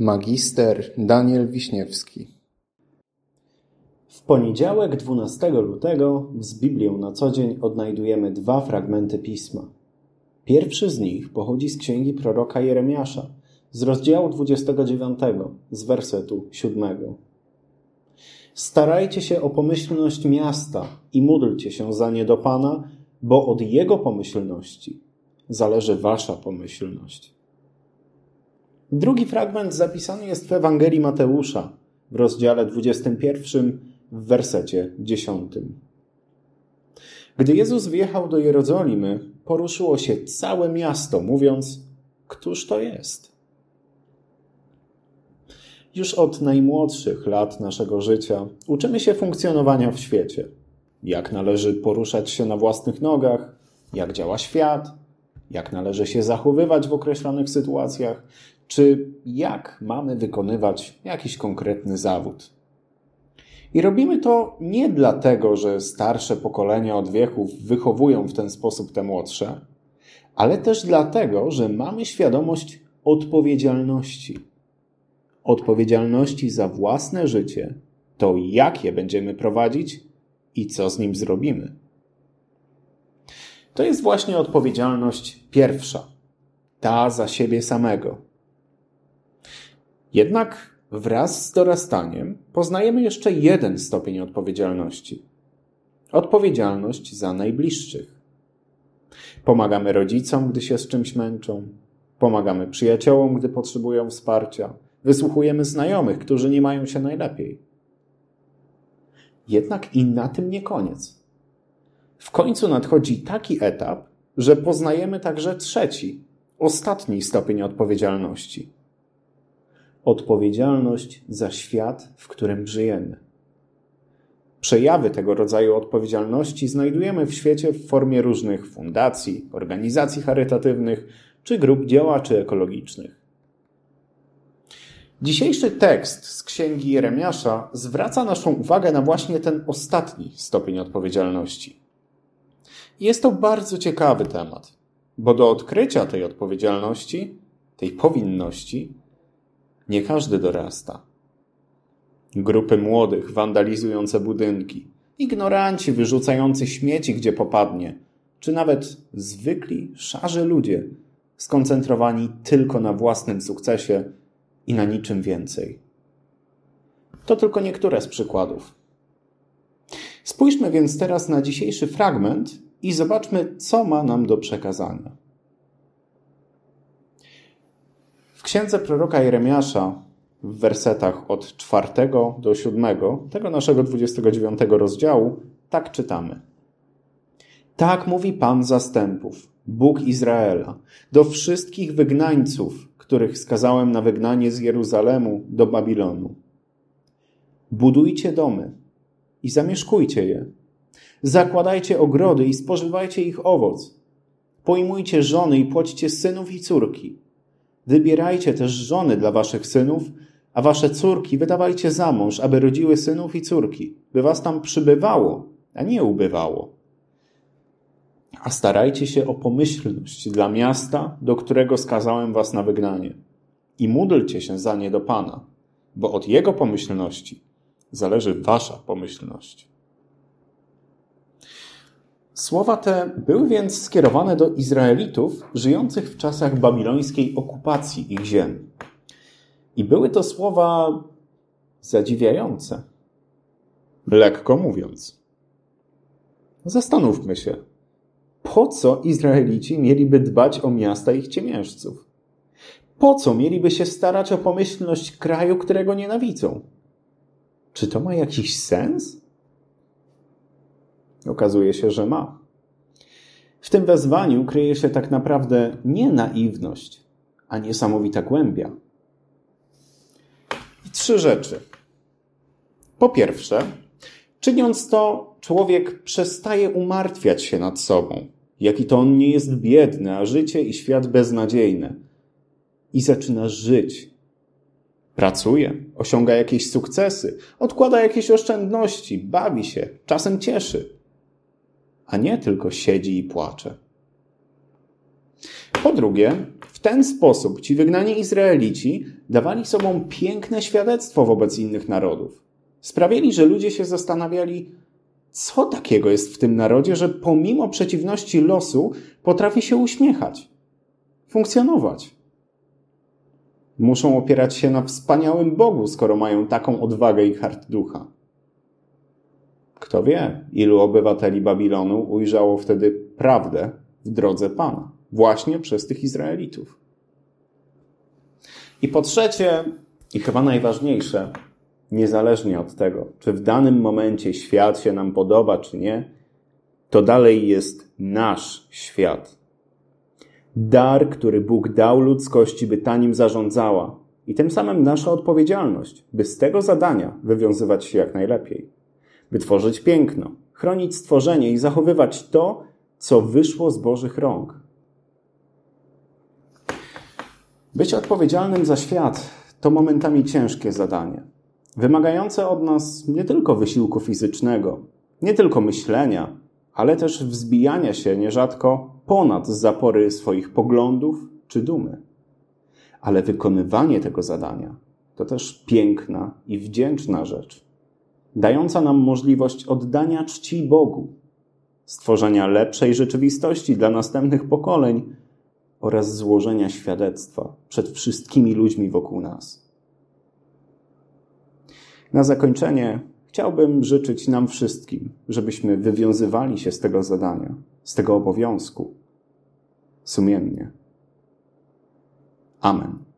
Magister Daniel Wiśniewski. W poniedziałek 12 lutego z Biblią na co dzień odnajdujemy dwa fragmenty Pisma. Pierwszy z nich pochodzi z księgi proroka Jeremiasza, z rozdziału 29, z wersetu 7. Starajcie się o pomyślność miasta i módlcie się za nie do Pana, bo od Jego pomyślności zależy wasza pomyślność. Drugi fragment zapisany jest w Ewangelii Mateusza, w rozdziale 21, w wersecie 10. Gdy Jezus wjechał do Jerozolimy, poruszyło się całe miasto, mówiąc: któż to jest? Już od najmłodszych lat naszego życia uczymy się funkcjonowania w świecie. Jak należy poruszać się na własnych nogach, jak działa świat, jak należy się zachowywać w określonych sytuacjach, czy jak mamy wykonywać jakiś konkretny zawód. I robimy to nie dlatego, że starsze pokolenia od wieków wychowują w ten sposób te młodsze, ale też dlatego, że mamy świadomość odpowiedzialności. Odpowiedzialności za własne życie, to jak je będziemy prowadzić i co z nim zrobimy. To jest właśnie odpowiedzialność pierwsza, ta za siebie samego. Jednak wraz z dorastaniem poznajemy jeszcze jeden stopień odpowiedzialności. Odpowiedzialność za najbliższych. Pomagamy rodzicom, gdy się z czymś męczą. Pomagamy przyjaciołom, gdy potrzebują wsparcia. Wysłuchujemy znajomych, którzy nie mają się najlepiej. Jednak i na tym nie koniec. W końcu nadchodzi taki etap, że poznajemy także trzeci, ostatni stopień odpowiedzialności. Odpowiedzialność za świat, w którym żyjemy. Przejawy tego rodzaju odpowiedzialności znajdujemy w świecie w formie różnych fundacji, organizacji charytatywnych czy grup działaczy ekologicznych. Dzisiejszy tekst z księgi Jeremiasza zwraca naszą uwagę na właśnie ten ostatni stopień odpowiedzialności. Jest to bardzo ciekawy temat, bo do odkrycia tej odpowiedzialności, tej powinności, nie każdy dorasta. Grupy młodych wandalizujące budynki, ignoranci wyrzucający śmieci gdzie popadnie, czy nawet zwykli, szarzy ludzie skoncentrowani tylko na własnym sukcesie i na niczym więcej. To tylko niektóre z przykładów. Spójrzmy więc teraz na dzisiejszy fragment i zobaczmy, co ma nam do przekazania. W księdze proroka Jeremiasza w wersetach od 4 do 7 tego naszego 29 rozdziału tak czytamy. Tak mówi Pan zastępów, Bóg Izraela, do wszystkich wygnańców, których skazałem na wygnanie z Jeruzalemu do Babilonu. Budujcie domy i zamieszkujcie je. Zakładajcie ogrody i spożywajcie ich owoc. Pojmujcie żony i płodźcie synów i córki. Wybierajcie też żony dla waszych synów, a wasze córki wydawajcie za mąż, aby rodziły synów i córki, by was tam przybywało, a nie ubywało. A starajcie się o pomyślność dla miasta, do którego skazałem was na wygnanie. I módlcie się za nie do Pana, bo od Jego pomyślności zależy wasza pomyślność. Słowa te były więc skierowane do Izraelitów żyjących w czasach babilońskiej okupacji ich ziem. I były to słowa zadziwiające, lekko mówiąc. Zastanówmy się, po co Izraelici mieliby dbać o miasta ich ciemiężców? Po co mieliby się starać o pomyślność kraju, którego nienawidzą? Czy to ma jakiś sens? Okazuje się, że ma. W tym wezwaniu kryje się tak naprawdę nie naiwność, a niesamowita głębia. I 3 rzeczy. Po pierwsze, czyniąc to, człowiek przestaje umartwiać się nad sobą, jaki to on nie jest biedny, a życie i świat beznadziejne. I zaczyna żyć. Pracuje, osiąga jakieś sukcesy, odkłada jakieś oszczędności, bawi się, czasem cieszy, a nie tylko siedzi i płacze. Po drugie, w ten sposób ci wygnani Izraelici dawali sobą piękne świadectwo wobec innych narodów. Sprawili, że ludzie się zastanawiali, co takiego jest w tym narodzie, że pomimo przeciwności losu potrafi się uśmiechać, funkcjonować. Muszą opierać się na wspaniałym Bogu, skoro mają taką odwagę i hart ducha. Kto wie, ilu obywateli Babilonu ujrzało wtedy prawdę w drodze Pana, właśnie przez tych Izraelitów. I po trzecie, i chyba najważniejsze, niezależnie od tego, czy w danym momencie świat się nam podoba, czy nie, to dalej jest nasz świat. Dar, który Bóg dał ludzkości, by ta nim zarządzała. I tym samym nasza odpowiedzialność, by z tego zadania wywiązywać się jak najlepiej. By tworzyć piękno, chronić stworzenie i zachowywać to, co wyszło z Bożych rąk. Być odpowiedzialnym za świat to momentami ciężkie zadanie. Wymagające od nas nie tylko wysiłku fizycznego, nie tylko myślenia, ale też wzbijania się nierzadko ponad zapory swoich poglądów czy dumy. Ale wykonywanie tego zadania to też piękna i wdzięczna rzecz, dająca nam możliwość oddania czci Bogu, stworzenia lepszej rzeczywistości dla następnych pokoleń oraz złożenia świadectwa przed wszystkimi ludźmi wokół nas. Na zakończenie chciałbym życzyć nam wszystkim, żebyśmy wywiązywali się z tego zadania, z tego obowiązku sumiennie. Amen.